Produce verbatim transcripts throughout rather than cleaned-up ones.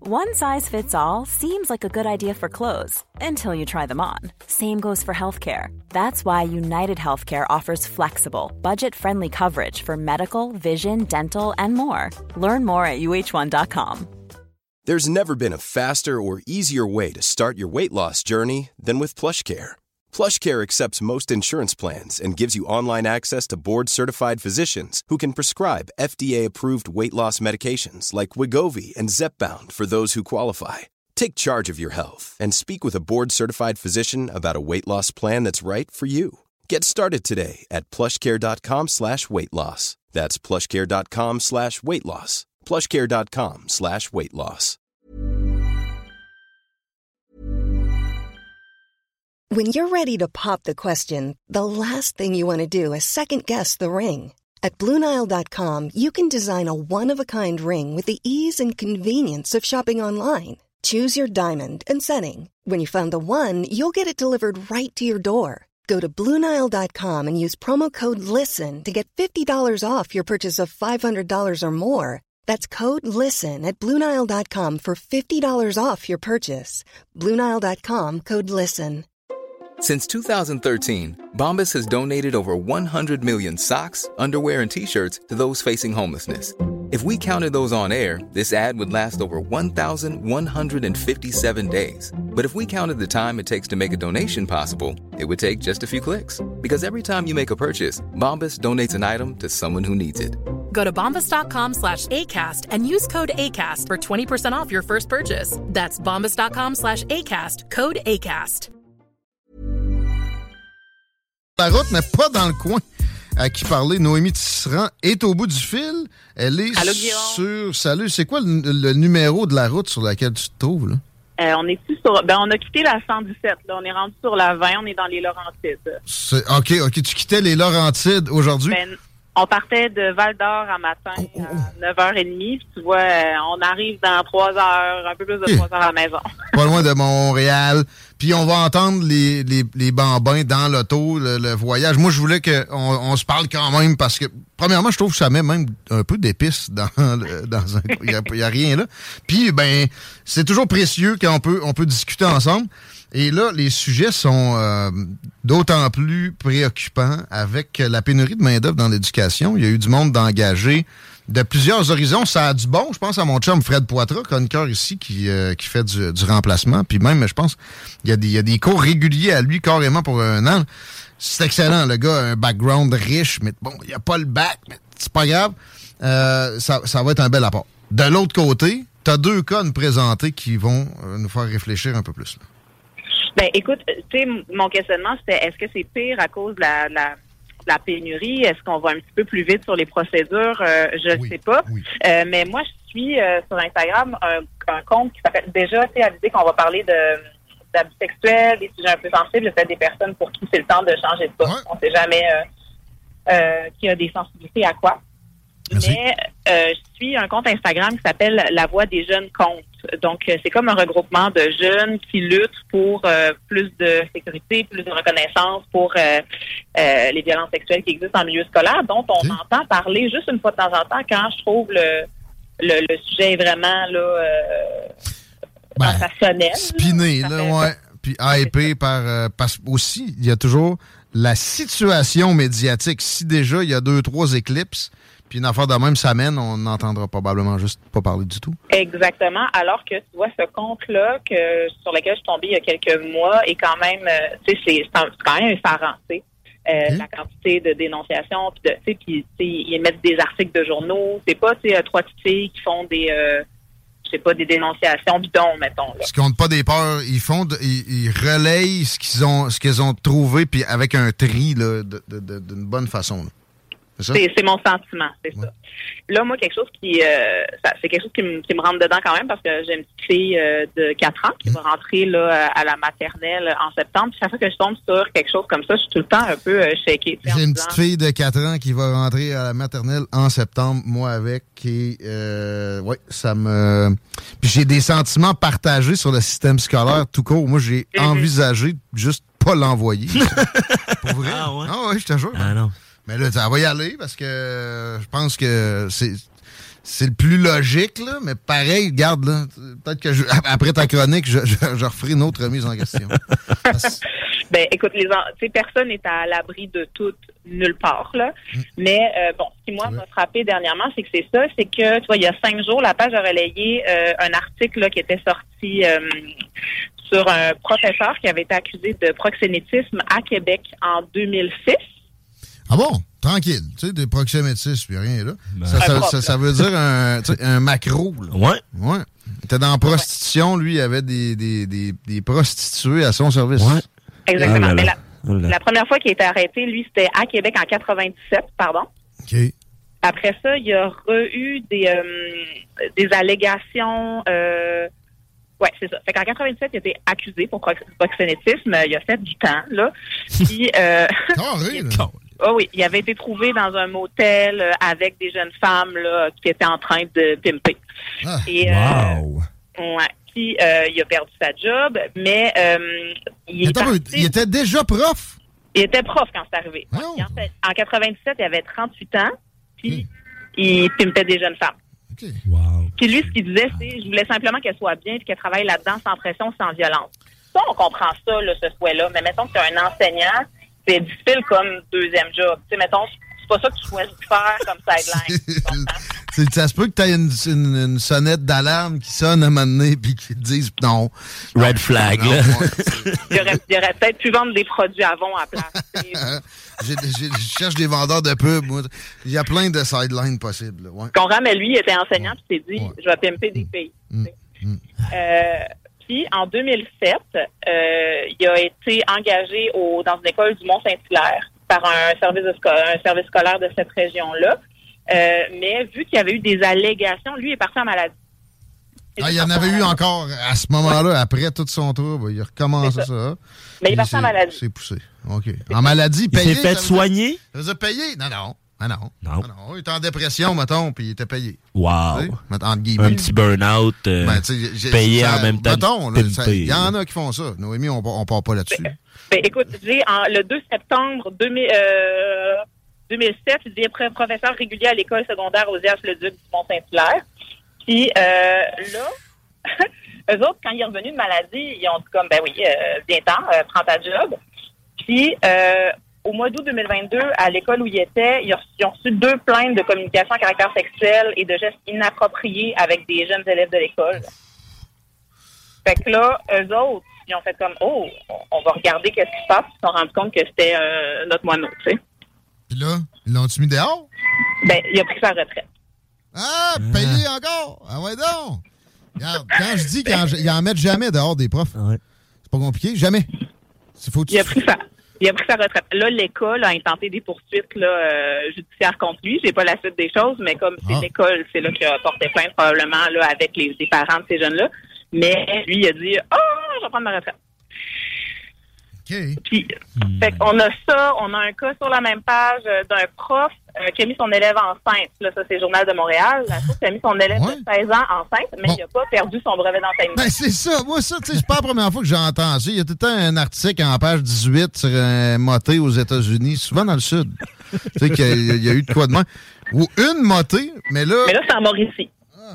One size fits all seems like a good idea for clothes until you try them on. Same goes for healthcare. That's why United Healthcare offers flexible, budget-friendly coverage for medical, vision, dental, and more. Learn more at U H one dot com. There's never been a faster or easier way to start your weight loss journey than with PlushCare. PlushCare accepts most insurance plans and gives you online access to board-certified physicians who can prescribe F D A-approved weight loss medications like Wegovy and Zepbound for those who qualify. Take charge of your health and speak with a board-certified physician about a weight loss plan that's right for you. Get started today at plushcare.com slash weight loss. That's plushcare.com slash weight loss. plushcare.com slash weight loss. When you're ready to pop the question, the last thing you want to do is second-guess the ring. At Blue Nile dot com, you can design a one-of-a-kind ring with the ease and convenience of shopping online. Choose your diamond and setting. When you find the one, you'll get it delivered right to your door. Go to Blue Nile dot com and use promo code LISTEN to get fifty dollars off your purchase of five hundred dollars or more. That's code LISTEN at Blue Nile dot com for fifty dollars off your purchase. Blue Nile dot com, code LISTEN. Since two thousand thirteen, Bombas has donated over one hundred million socks, underwear, and T-shirts to those facing homelessness. If we counted those on air, this ad would last over one thousand one hundred fifty-seven days. But if we counted the time it takes to make a donation possible, it would take just a few clicks. Because every time you make a purchase, Bombas donates an item to someone who needs it. Go to bombas.com slash ACAST and use code ACAST for twenty percent off your first purchase. That's bombas.com slash ACAST, code ACAST. La route, mais pas dans le coin. À qui parler, Noémie Tisserand est au bout du fil. Elle est Allô, sur... Salut, c'est quoi le, le numéro de la route sur laquelle tu te trouves, là? Euh, on est plus sur... Ben, on a quitté la cent dix-sept, là. On est rendu sur la vingt, on est dans les Laurentides. C'est... OK, OK, tu quittais les Laurentides aujourd'hui? Ben, on partait de Val-d'Or à matin oh, oh, oh. à neuf heures trente. Tu vois, euh, on arrive dans trois heures, un peu plus de trois heures à la maison. Pas loin de Montréal. Puis on va entendre les, les, les bambins dans l'auto, le, le voyage. Moi, je voulais qu'on on se parle quand même parce que, premièrement, je trouve que ça met même un peu d'épices dans, le, dans un... Il n'y a, il y a rien là. Puis, ben, c'est toujours précieux quand on peut, on peut discuter ensemble. Et là, les sujets sont euh, d'autant plus préoccupants avec la pénurie de main-d'œuvre dans l'éducation. Il y a eu du monde d'engagé de plusieurs horizons. Ça a du bon. Je pense à mon chum Fred Poitras, chroniqueur ici, qui, euh, qui fait du, du remplacement. Puis même, je pense, il y a des, il y a des cours réguliers à lui carrément pour un an. C'est excellent. Le gars a un background riche, mais bon, il n'y a pas le bac, mais c'est pas grave. Euh, ça, ça va être un bel apport. De l'autre côté, tu as deux cas à nous présenter qui vont euh, nous faire réfléchir un peu plus, là. Ben, écoute, tu sais, mon questionnement, c'était est-ce que c'est pire à cause de la, la, la pénurie? Est-ce qu'on va un petit peu plus vite sur les procédures? Euh, je ne oui, sais pas. Oui. Euh, mais moi, je suis euh, sur Instagram un, un compte qui s'appelle déjà, tu sais, à l'idée qu'on va parler de d'abus sexuels, des sujets un peu sensibles, le fait des personnes pour qui c'est le temps de changer de poste. Ouais. On ne sait jamais euh, euh, qui a des sensibilités à quoi. Merci. Mais euh, je suis un compte Instagram qui s'appelle La Voix des jeunes comptes. Donc, euh, c'est comme un regroupement de jeunes qui luttent pour euh, plus de sécurité, plus de reconnaissance pour euh, euh, les violences sexuelles qui existent en milieu scolaire, dont on okay. entend parler juste une fois de temps en temps quand je trouve le, le, le sujet est vraiment là, euh, ben, sensationnel. Spiné, là, là fait... ouais. Puis hypé par... Euh, parce aussi, il y a toujours la situation médiatique. Si déjà, il y a deux, trois éclipses, puis une affaire de même s'amène, on n'entendra probablement juste pas parler du tout. Exactement. Alors que tu vois, ce compte-là que sur lequel je suis tombée il y a quelques mois est quand même, euh, tu sais, c'est, c'est quand même effarant, tu sais. Euh, okay. La quantité de dénonciations, puis de, tu sais, puis ils émettent des articles de journaux. C'est pas, tu sais, trois petites filles qui font des, euh, je sais pas, des dénonciations bidons, mettons. Là. Ils comptent pas des peurs, ils font, de, ils, ils relayent ce qu'ils ont, ce qu'ils ont trouvé, puis avec un tri là, de, de, de, d'une bonne façon. Là. C'est, c'est, c'est mon sentiment, c'est ouais. ça. Là, moi, quelque chose qui, euh, ça, c'est quelque chose qui me, qui me rentre dedans quand même parce que j'ai une petite fille euh, de quatre ans qui mmh. va rentrer là à la maternelle en septembre. Puis chaque fois que je tombe sur quelque chose comme ça, je suis tout le temps un peu euh, shakée. J'ai une disant... petite fille de quatre ans qui va rentrer à la maternelle en septembre, moi avec, et euh, ouais, ça me. Puis j'ai des sentiments partagés sur le système scolaire tout court. Moi, j'ai mmh. envisagé juste pas l'envoyer. Pour vrai. Ah ouais. Ah ouais, je te jure. Ah non. Mais là, ça va y aller parce que je pense que c'est c'est le plus logique, là, mais pareil, regarde, là, peut-être que je, après ta chronique, je, je, je referai une autre remise en question. Parce... Ben, écoute, les en... personne n'est à l'abri de tout nulle part, là. Mmh. Mais, euh, bon, ce qui, moi, m'a frappé dernièrement, c'est que c'est ça, c'est que, tu vois, il y a cinq jours, la page a relayé euh, un article, là, qui était sorti euh, sur un professeur qui avait été accusé de proxénétisme à Québec en deux mille six. Ah bon? Tranquille. Tu sais, des proxénétistes, puis rien, là. Ben, ça, ça, ça, ça veut dire un, un macro, là. Ouais. Ouais. Il était dans la prostitution, lui, il avait des, des, des, des prostituées à son service. Ouais. Exactement. Ah là là. Mais la, ah là. la première fois qu'il a été arrêté, lui, c'était à Québec en quatre-vingt-dix-sept, pardon. OK. Après ça, il y a eu des, euh, des allégations... Euh, Oui, c'est ça. Fait qu'en quatre-vingt-dix-sept, il a été accusé pour proxénétisme. Il a fait du temps, là. Puis... Euh, Carré, là. Oh oui, il avait été trouvé dans un motel euh, avec des jeunes femmes là, qui étaient en train de pimper. Ah, Et, wow! Euh, ouais. Puis, euh, il a perdu sa job, mais euh, il, Attends, parti, il était déjà prof? Il était prof quand c'est arrivé. Oh. En, fait, en quatre-vingt-dix-sept, il avait trente-huit ans, puis okay. il pimpait des jeunes femmes. Okay. Wow. Puis lui, ce qu'il disait, c'est je voulais simplement qu'elle soit bien et qu'elle travaille là-dedans sans pression, sans violence. Ça, on comprend ça, là, ce souhait-là. Mais mettons que tu es un enseignant, c'est difficile comme deuxième job. Tu sais, mettons, c'est pas ça que tu choisis de faire comme sideline. c'est, ça se peut que tu aies une, une, une sonnette d'alarme qui sonne à un moment donné puis qui te dise non. Red flag, non, là. Moi, il, aurait, il aurait peut-être pu vendre des produits Avon à place. j'ai, j'ai, je cherche des vendeurs de pub, moi. Il y a plein de sidelines possibles. Ouais. Conrad, mais lui, il était enseignant ouais. puis s'est dit, ouais. je vais pimper des filles. Mm. Mm. Euh, Puis, en deux mille sept, euh, il a été engagé au, dans une école du Mont-Saint-Hilaire par un service, de sco- un service scolaire de cette région-là. Euh, mais vu qu'il y avait eu des allégations, lui est parti en maladie. Ah, il y en avait eu encore à ce moment-là, ouais. Après tout son trouble. Il a recommencé ça. ça. Mais il est parti en maladie. C'est poussé. OK. En maladie, payé. Il s'est fait soigner? Ça veut dire payé? Non, non. Ah non. Non. Ah non. Il était en dépression, mettons, puis il était payé. Wow. Entre guillemets. Un petit burn-out euh, ben, payé ça, en même temps. Il y en a qui font ça. Noémie, on ne part pas là-dessus. Ben, ben, écoute, j'ai en, le deux septembre deux mille, euh, deux mille sept, j'ai été professeur régulier à l'école secondaire aux Auberges-le-Duc du Mont-Saint-Hilaire. Puis euh, là, eux autres, quand il est revenu de maladie, ils ont dit comme, ben oui, euh, viens-t'en, euh, prends ta job. Puis... Euh, au mois d'août deux mille vingt-deux, à l'école où il était, ils ont reçu deux plaintes de communication à caractère sexuel et de gestes inappropriés avec des jeunes élèves de l'école. Fait que là, eux autres, ils ont fait comme, oh, on va regarder qu'est-ce qui se passe. Ils se sont rendus compte que c'était euh, notre moineau, tu sais. Puis là, ils l'ont-tu mis dehors? Ben, il a pris sa retraite. Ah, payé ah. encore! Ah ouais donc! Regarde, quand je dis qu'ils en mettent jamais dehors des profs, ouais. C'est pas compliqué, jamais. C'est faut il a pris ça. Il a pris sa retraite. Là, l'école a intenté des poursuites là, euh, judiciaires contre lui. J'ai pas la suite des choses, mais comme c'est ah. l'école, c'est là qu'il a porté plainte probablement là, avec les, les parents de ces jeunes-là. Mais lui, il a dit « Ah, oh, je vais prendre ma retraite. » Okay. Puis, hmm. fait qu'on a ça, on a un cas sur la même page euh, d'un prof euh, qui a mis son élève enceinte. Là, ça, c'est le Journal de Montréal. La source qui a mis son élève ouais. de seize ans enceinte, mais bon. Il n'a pas perdu son brevet d'enseignement. Ben, c'est ça. Moi, ça, tu sais, c'est pas la première fois que j'entends ça. Il y a tout le temps un article en page dix-huit sur un moté aux États-Unis, souvent dans le Sud. Tu sais qu'il y a, il y a eu de quoi de moins. Ou une motée, mais là... Mais là, c'est en Mauricie.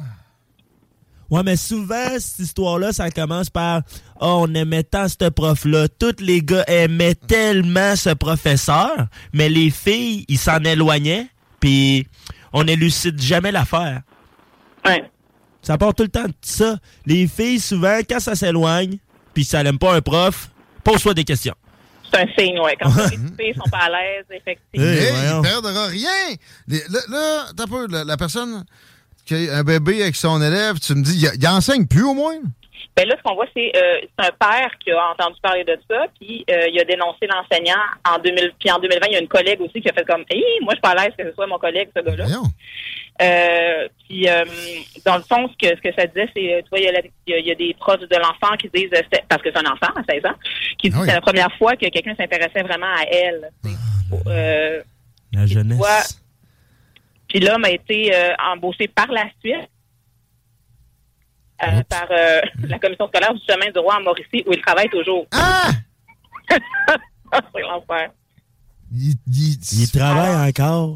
Ouais, mais souvent, cette histoire-là, ça commence par « Oh, on aimait tant ce prof-là. » Tous les gars aimaient tellement ce professeur, mais les filles, ils s'en éloignaient, puis on n'élucide jamais l'affaire. Ouais. Ça part tout le temps de ça. Les filles, souvent, quand ça s'éloigne, puis ça n'aime pas un prof, pose-toi des questions. C'est un signe, ouais. Quand les filles sont pas à l'aise, effectivement. Hey, hey, il ne perdra rien. Les, là, là t'as peu, la, la personne... Un bébé avec son élève, tu me dis, il, il enseigne plus au moins? Ben là, ce qu'on voit, c'est, euh, c'est un père qui a entendu parler de ça, puis euh, il a dénoncé l'enseignant en deux mille. Puis en deux mille vingt, il y a une collègue aussi qui a fait comme, hey, moi, je suis pas à l'aise que ce soit mon collègue, ce gars-là. Euh, puis euh, dans le fond, ce que, ce que ça disait, c'est, tu vois, il y a, la, il y a, il y a des proches de l'enfant qui disent, parce que c'est un enfant à seize ans, qui disent ah oui. que c'est la première fois que quelqu'un s'intéressait vraiment à elle. Ah, euh, la jeunesse. Vois, puis l'homme a été euh, embauché par la suite euh, par euh, la commission scolaire du chemin du roi en Mauricie, où il travaille toujours. Ah! C'est l'enfer. Il, il, il travaille ah. encore.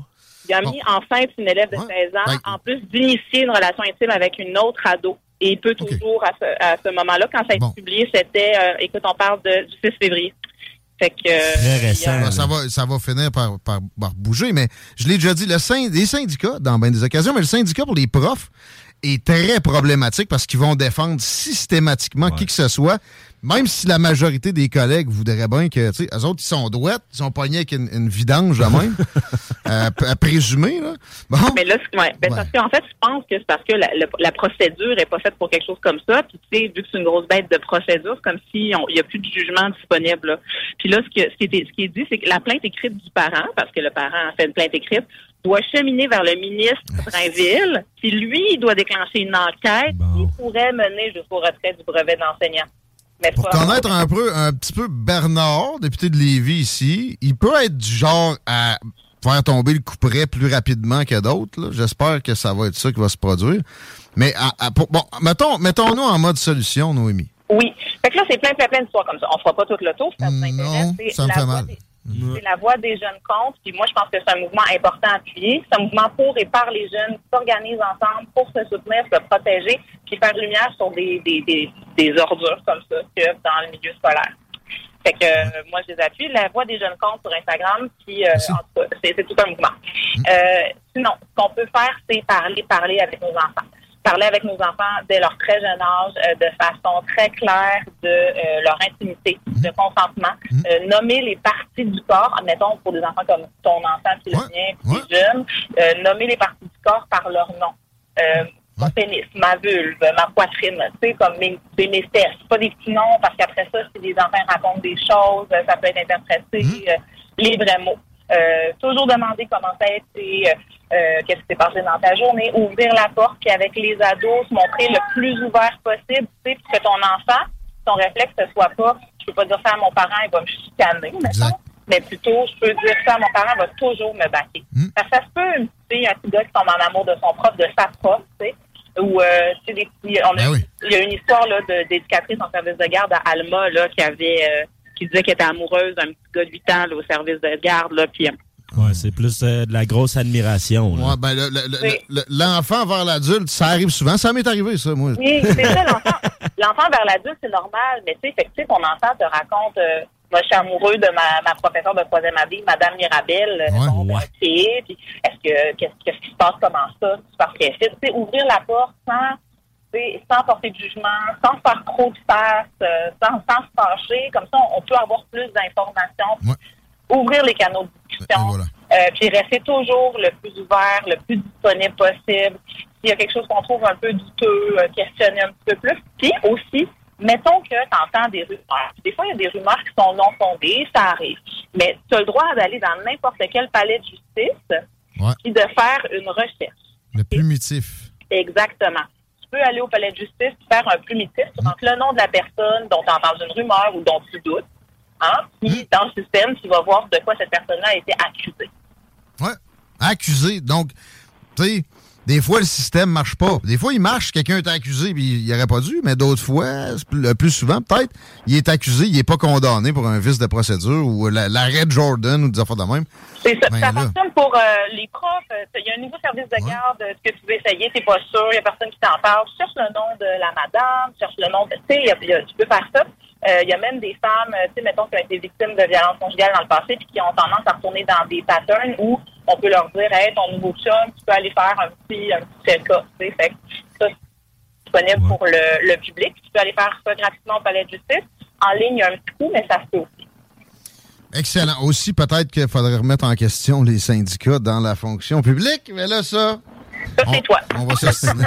Il a mis bon. enceinte une élève de ouais. seize ans, ben, en plus d'initier une relation intime avec une autre ado. Et il peut toujours, okay. à, ce, à ce moment-là, quand ça a été bon. publié, c'était, euh, écoute, on parle de, du six février. Fait que, euh, très récent. A... Ça, va, ça va finir par, par, par bouger, mais je l'ai déjà dit, le syn- les syndicats, dans bien des occasions, mais le syndicat pour les profs est très problématique parce qu'ils vont défendre systématiquement ouais. qui que ce soit. Même si la majorité des collègues voudraient bien que, tu sais, eux autres, ils sont douettes, ils sont pognés avec une, une vidange, là même, euh, à présumer, là. Bon. Mais là, ouais, ben ouais. parce qu'en fait, je pense que c'est parce que la, la, la procédure est pas faite pour quelque chose comme ça. Puis, tu sais, vu que c'est une grosse bête de procédure, c'est comme s'il n'y a plus de jugement disponible, là. Puis là, ce, que, ce, qui est, ce qui est dit, c'est que la plainte écrite du parent, parce que le parent a fait une plainte écrite, doit cheminer vers le ministre Drainville, puis lui, il doit déclencher une enquête bon. qui pourrait mener jusqu'au retrait du brevet d'enseignant. Mais pour connaître un peu, un petit peu Bernard, député de Lévis ici, il peut être du genre à faire tomber le couperet plus rapidement que d'autres. Là. J'espère que ça va être ça qui va se produire. Mais à, à, pour, bon, mettons, mettons-nous en mode solution, Noémie. Oui. Fait que là, c'est plein, plein, plein d'histoires comme ça. On fera pas tout le tour, si ça vous intéresse. Non, c'est ça me fait mal. Des... C'est la voix des jeunes contre, puis moi, je pense que c'est un mouvement important à appuyer. C'est un mouvement pour et par les jeunes qui s'organisent ensemble pour se soutenir, se protéger, puis faire lumière sur des, des, des, des ordures comme ça que dans le milieu scolaire. Fait que euh, moi, je les appuie. La voix des jeunes contre sur Instagram, puis euh, en tout cas, c'est, c'est tout un mouvement. Mmh. Euh, sinon, ce qu'on peut faire, c'est parler, parler avec nos enfants. Parler avec nos enfants dès leur très jeune âge, euh, de façon très claire de euh, leur intimité, de consentement. Mmh. Euh, nommer les parties du corps, admettons pour des enfants comme ton enfant qui est le mien, plus ouais. jeune, euh, nommer les parties du corps par leur nom. Euh, mon ouais. pénis, ma vulve, ma poitrine, tu sais, comme mes, mes fesses. Pas des petits noms, parce qu'après ça, si les enfants racontent des choses, ça peut être interprété, mmh. euh, les vrais mots. Euh, toujours demander comment ça a été, euh, euh, qu'est-ce qui s'est passé dans ta journée, ouvrir la porte, puis avec les ados, se montrer le plus ouvert possible, tu sais, pour que ton enfant, son réflexe, ne soit pas, je peux pas dire ça à mon parent, il va me chicaner, mettons, mais plutôt, je peux dire ça à mon parent, il va toujours me baquer. Mm. Parce que ça se peut, une fille, un petit gars qui tombe en amour de son prof, de sa prof, tu sais, ou, euh, tu sais, des petits, on a, ben oui. il y a une histoire, là, de, d'éducatrice en service de garde à Alma, là, qui avait, euh, qui disait qu'elle était amoureuse d'un petit gars de huit ans là, au service de garde. Là, puis, ouais, c'est plus euh, de la grosse admiration. Là. Ouais, ben, le, le, le, le, l'enfant vers l'adulte, ça arrive souvent. Ça m'est arrivé, ça, moi. Oui, c'est ça, l'enfant. L'enfant vers l'adulte, c'est normal. Mais tu sais, fait, ton enfant te raconte euh, moi, je suis amoureux de ma, ma professeure de troisième année, Madame Mirabel. Ouais, donc, ouais. Puis, est-ce que, qu'est-ce, qu'est-ce qui se passe, comment ça? C'est parce qu'elle fait, tu sais, ouvrir la porte sans... sans porter de jugement, sans faire trop de face, euh, sans, sans se fâcher. Comme ça, on, on peut avoir plus d'informations. Ouais. Ouvrir les canaux de discussion. Voilà. Euh, puis rester toujours le plus ouvert, le plus disponible possible. S'il y a quelque chose qu'on trouve un peu douteux, euh, questionner un petit peu plus. Puis aussi, mettons que tu entends des rumeurs. Des fois, il y a des rumeurs qui sont non fondées, ça arrive. Mais tu as le droit d'aller dans n'importe quel palais de justice ouais. et de faire une recherche. Le plumitif. Exactement. Tu peux aller au palais de justice et faire un plumitif sur mmh. le nom de la personne dont tu entends une rumeur ou dont tu doutes. Hein? Puis, mmh. dans le système, tu vas voir de quoi cette personne-là a été accusée. Oui, accusée. Donc, tu sais, des fois, le système marche pas. Des fois, il marche, quelqu'un est accusé puis il n'aurait pas dû, mais d'autres fois, le plus souvent, peut-être, il est accusé, il n'est pas condamné pour un vice de procédure ou la, l'arrêt de Jordan ou des affaires de même. C'est ça. Ben, ça fonctionne pour euh, les profs. Il y a un nouveau service de garde ouais. que tu veux essayer, tu n'es pas sûr, il n'y a personne qui t'en parle. Tu cherches le nom de la madame, tu cherches le nom de... Tu sais, tu peux faire ça. Il euh, y a même des femmes, tu sais, mettons, qui ont été victimes de violences conjugales dans le passé puis qui ont tendance à retourner dans des patterns où on peut leur dire, hey, ton nouveau chum, tu peux aller faire un petit, un petit check-up, tu sais. Fait que ça, c'est disponible ouais. pour le, le public. Tu peux aller faire ça gratuitement au palais de justice. En ligne, il y a un petit coup, mais ça se peut aussi. Excellent. Aussi, peut-être qu'il faudrait remettre en question les syndicats dans la fonction publique, mais là, ça... Ça, c'est on, toi. On va s'ostiner.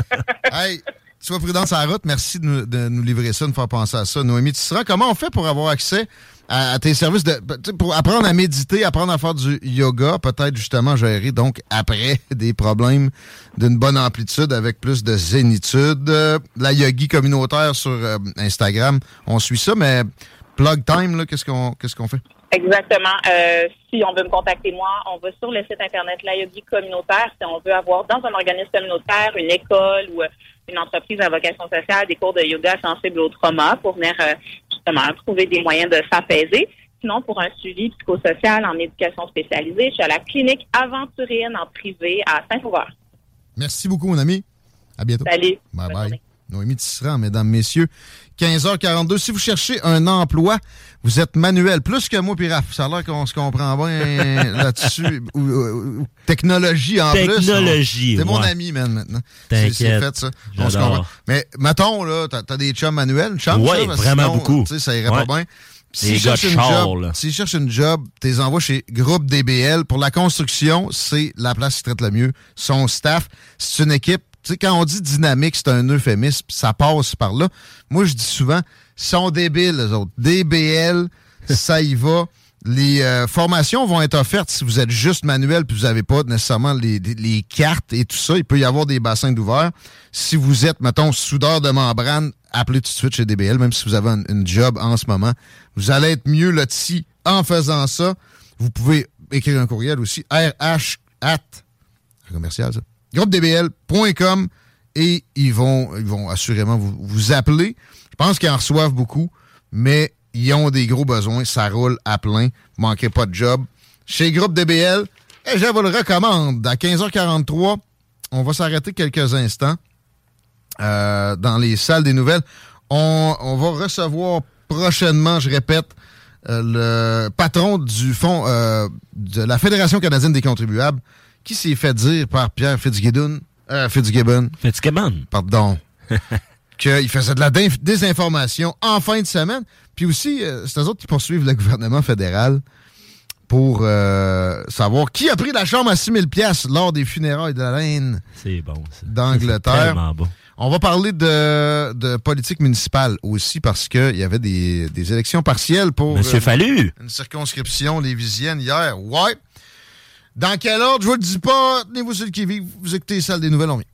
Hey, sois prudent sur la route. Merci de nous, de nous livrer ça, de nous faire penser à ça. Noémie, tu seras comment on fait pour avoir accès à, à tes services, de pour apprendre à méditer, apprendre à faire du yoga, peut-être justement gérer, donc, après des problèmes d'une bonne amplitude avec plus de zénitude. Euh, la yogi communautaire sur euh, Instagram, on suit ça, mais plug time, là, qu'est-ce qu'on, qu'est-ce qu'on fait? Exactement. Euh, si on veut me contacter moi, on va sur le site internet La Yogi communautaire. Si on veut avoir dans un organisme communautaire, une école ou une entreprise à vocation sociale, des cours de yoga sensibles au trauma pour venir euh, justement trouver des moyens de s'apaiser. Sinon, pour un suivi psychosocial en éducation spécialisée, je suis à la clinique Aventurine en privé à Saint-Sauveur. Merci beaucoup, mon ami. À bientôt. Salut. Bye bye. Noémie Tisserand, mesdames, messieurs. quinze heures quarante-deux. Si vous cherchez un emploi, vous êtes manuel. Plus que moi, puis Raph. Ça a l'air qu'on se comprend bien là-dessus. ou, ou, ou, technologie en technologie, plus. Technologie, T'es mon ouais. ami, man, maintenant. T'inquiète. C'est, c'est fait, ça. On se comprend. Mais, mettons, là, t'as, t'as des chums manuels. Une chance, oui, vraiment euh, sinon, beaucoup. Tu sais, ça irait ouais. pas bien. S'ils cherchent une job, s'ils cherchent une job, t'es envoies chez Groupe D B L. Pour la construction, c'est la place qui traite le mieux. Son staff, c'est une équipe. Tu sais, quand on dit dynamique, c'est un euphémisme, ça passe par là. Moi, je dis souvent, ils sont débiles, les autres. D B L, ça y va. Les euh, formations vont être offertes si vous êtes juste manuel puis vous n'avez pas nécessairement les, les, les cartes et tout ça. Il peut y avoir des bassins d'ouvert. Si vous êtes, mettons, soudeur de membrane, appelez tout de suite chez D B L, même si vous avez une, une job en ce moment. Vous allez être mieux loti en faisant ça. Vous pouvez écrire un courriel aussi, R H at commercial, ça. groupe d b l point com et ils vont, ils vont assurément vous, vous appeler. Je pense qu'ils en reçoivent beaucoup, mais ils ont des gros besoins. Ça roule à plein. Vous ne manquez pas de job. Chez Groupe D B L, et je vous le recommande. À quinze heures quarante-trois, on va s'arrêter quelques instants euh, dans les salles des nouvelles. On, on va recevoir prochainement, je répète, euh, le patron du fonds euh, de la Fédération canadienne des contribuables, qui s'est fait dire par Pierre Fitzgibbon, euh, Fitzgibbon, Fitzgibbon, pardon, qu'il faisait de la désinformation en fin de semaine. Puis aussi, euh, c'est eux autres qui poursuivent le gouvernement fédéral pour euh, savoir qui a pris la chambre à six mille dollars lors des funérailles de la reine c'est bon, ça. d'Angleterre. C'est tellement bon. On va parler de, de politique municipale aussi parce qu'il y avait des, des élections partielles pour Monsieur euh, Fallu. une circonscription lévisienne hier. Ouais. Dans quel ordre? Je vous le dis pas. Tenez-vous sur le qui-vive. Vous écoutez les salles des nouvelles, on vient.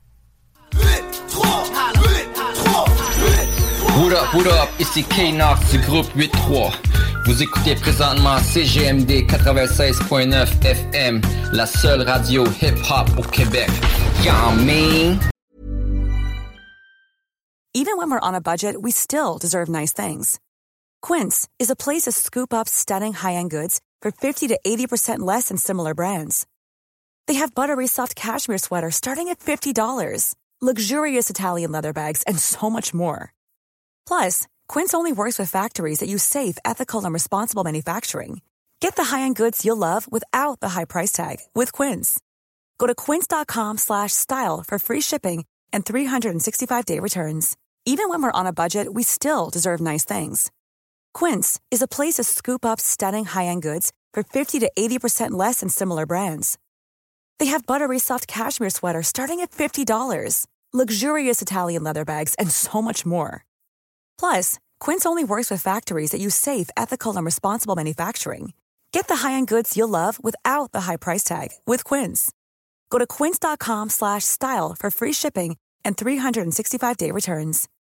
What up, what up? Ici K-Nox du groupe huit trois. Vous écoutez présentement C G M D quatre-vingt-seize point neuf F M, la seule radio hip-hop au Québec. Y'all mean? Even when we're on a budget, we still deserve nice things. Quince is a place to scoop up stunning high-end goods for fifty to eighty percent less than similar brands. They have buttery soft cashmere sweaters starting at fifty dollars, luxurious Italian leather bags, and so much more. Plus, Quince only works with factories that use safe, ethical, and responsible manufacturing. Get the high-end goods you'll love without the high price tag with Quince. Go to quince.com slash style for free shipping and three sixty-five day returns. Even when we're on a budget, we still deserve nice things. Quince is a place to scoop up stunning high-end goods for fifty to eighty percent less than similar brands. They have buttery soft cashmere sweaters starting at fifty dollars, luxurious Italian leather bags, and so much more. Plus, Quince only works with factories that use safe, ethical, and responsible manufacturing. Get the high-end goods you'll love without the high price tag with Quince. Go to quince.com slash style for free shipping and three sixty-five day returns.